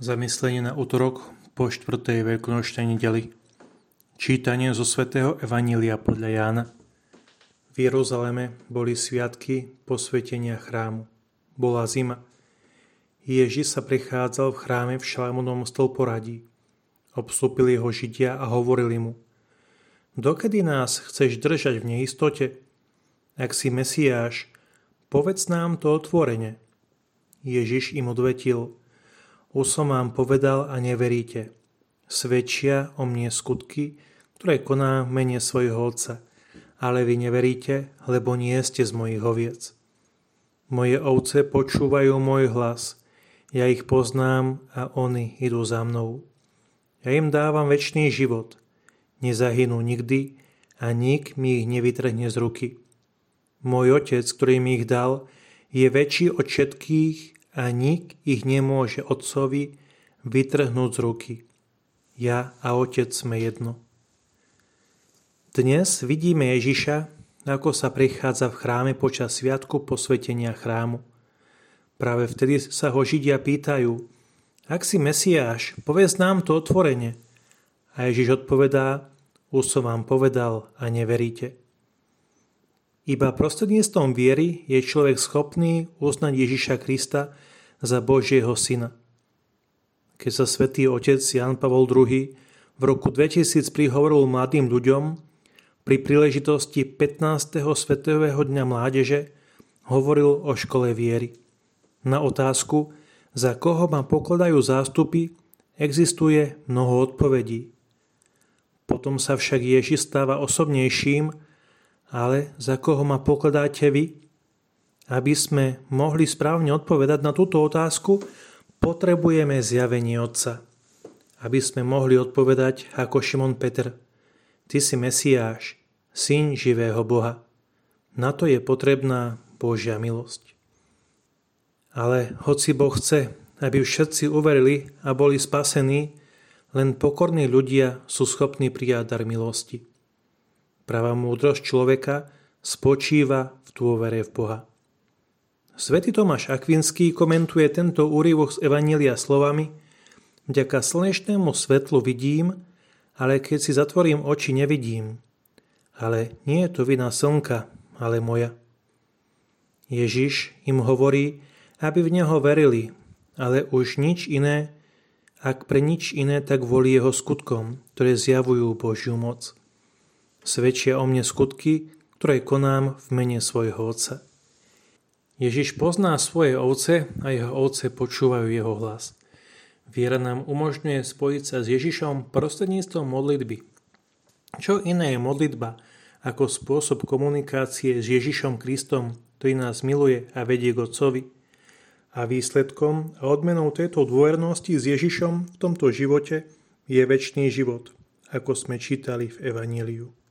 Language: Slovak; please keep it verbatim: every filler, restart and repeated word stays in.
Zamyslenie na utorok po štvrtej veľkonočnej nedeli. Čítanie zo svätého Evanjelia podľa Jána. V Jeruzaleme boli sviatky posvätenia chrámu. Bola zima. Ježiš sa prechádzal v chráme v Šalamúnovom stĺporadí. Obstúpili ho Židia a hovorili mu: Dokedy nás chceš držať v neistote? Ak si Mesiáš, povedz nám to otvorene. Ježiš im odvetil: Už som vám povedal a neveríte. Svedčia o mne skutky, ktoré koná v mene svojho Otca. Ale vy neveríte, lebo nie ste z mojich oviec. Moje ovce počúvajú môj hlas. Ja ich poznám a oni idú za mnou. Ja im dávam večný život. Nezahynú nikdy a nik mi ich nevytrhne z ruky. Môj Otec, ktorý mi ich dal, je väčší od všetkých a nik ich nemôže Otcovi vytrhnúť z ruky. Ja a Otec sme jedno. Dnes vidíme Ježiša, ako sa prechádza v chráme počas sviatku posvätenia chrámu. Práve vtedy sa ho Židia pýtajú: Ak si Mesiáš, povedz nám to otvorene. A Ježiš odpovedá: Už som vám povedal a neveríte. Iba prostredníctvom viery je človek schopný uznať Ježiša Krista za Božieho syna. Keď sa svätý otec Ján Pavol druhý v roku dvetisíc prihovoril mladým ľuďom pri príležitosti pätnásteho Svetového dňa mládeže, hovoril o škole viery. Na otázku, za koho ma pokladajú zástupy, existuje mnoho odpovedí. Potom sa však Ježiš stáva osobnejším: Ale za koho ma pokladáte vy? Aby sme mohli správne odpovedať na túto otázku, potrebujeme zjavenie Otca. Aby sme mohli odpovedať ako Šimon Peter: Ty si Mesiáš, Syn živého Boha. Na to je potrebná Božia milosť. Ale hoci Boh chce, aby všetci uverili a boli spasení, len pokorní ľudia sú schopní prijať dar milosti. Pravá múdrosť človeka spočíva v dôvere v Boha. Svätý Tomáš Akvinský komentuje tento úryvok z Evanjelia slovami: Vďaka slnečnému svetlu vidím, ale keď si zatvorím oči, nevidím. Ale nie je to vina slnka, ale moja. Ježiš im hovorí, aby v Neho verili, ale už nič iné, ak pre nič iné, tak kvôli Jeho skutkom, ktoré zjavujú Božiu moc. Svedčia o mne skutky, ktoré konám v mene svojho Otca. Ježiš pozná svoje ovce a jeho ovce počúvajú jeho hlas. Viera nám umožňuje spojiť sa s Ježišom prostredníctvom modlitby. Čo iné je modlitba ako spôsob komunikácie s Ježišom Kristom, ktorý nás miluje a vedie k Otcovi? A výsledkom a odmenou tejto dôvernosti s Ježišom v tomto živote je večný život, ako sme čítali v Evanjeliu.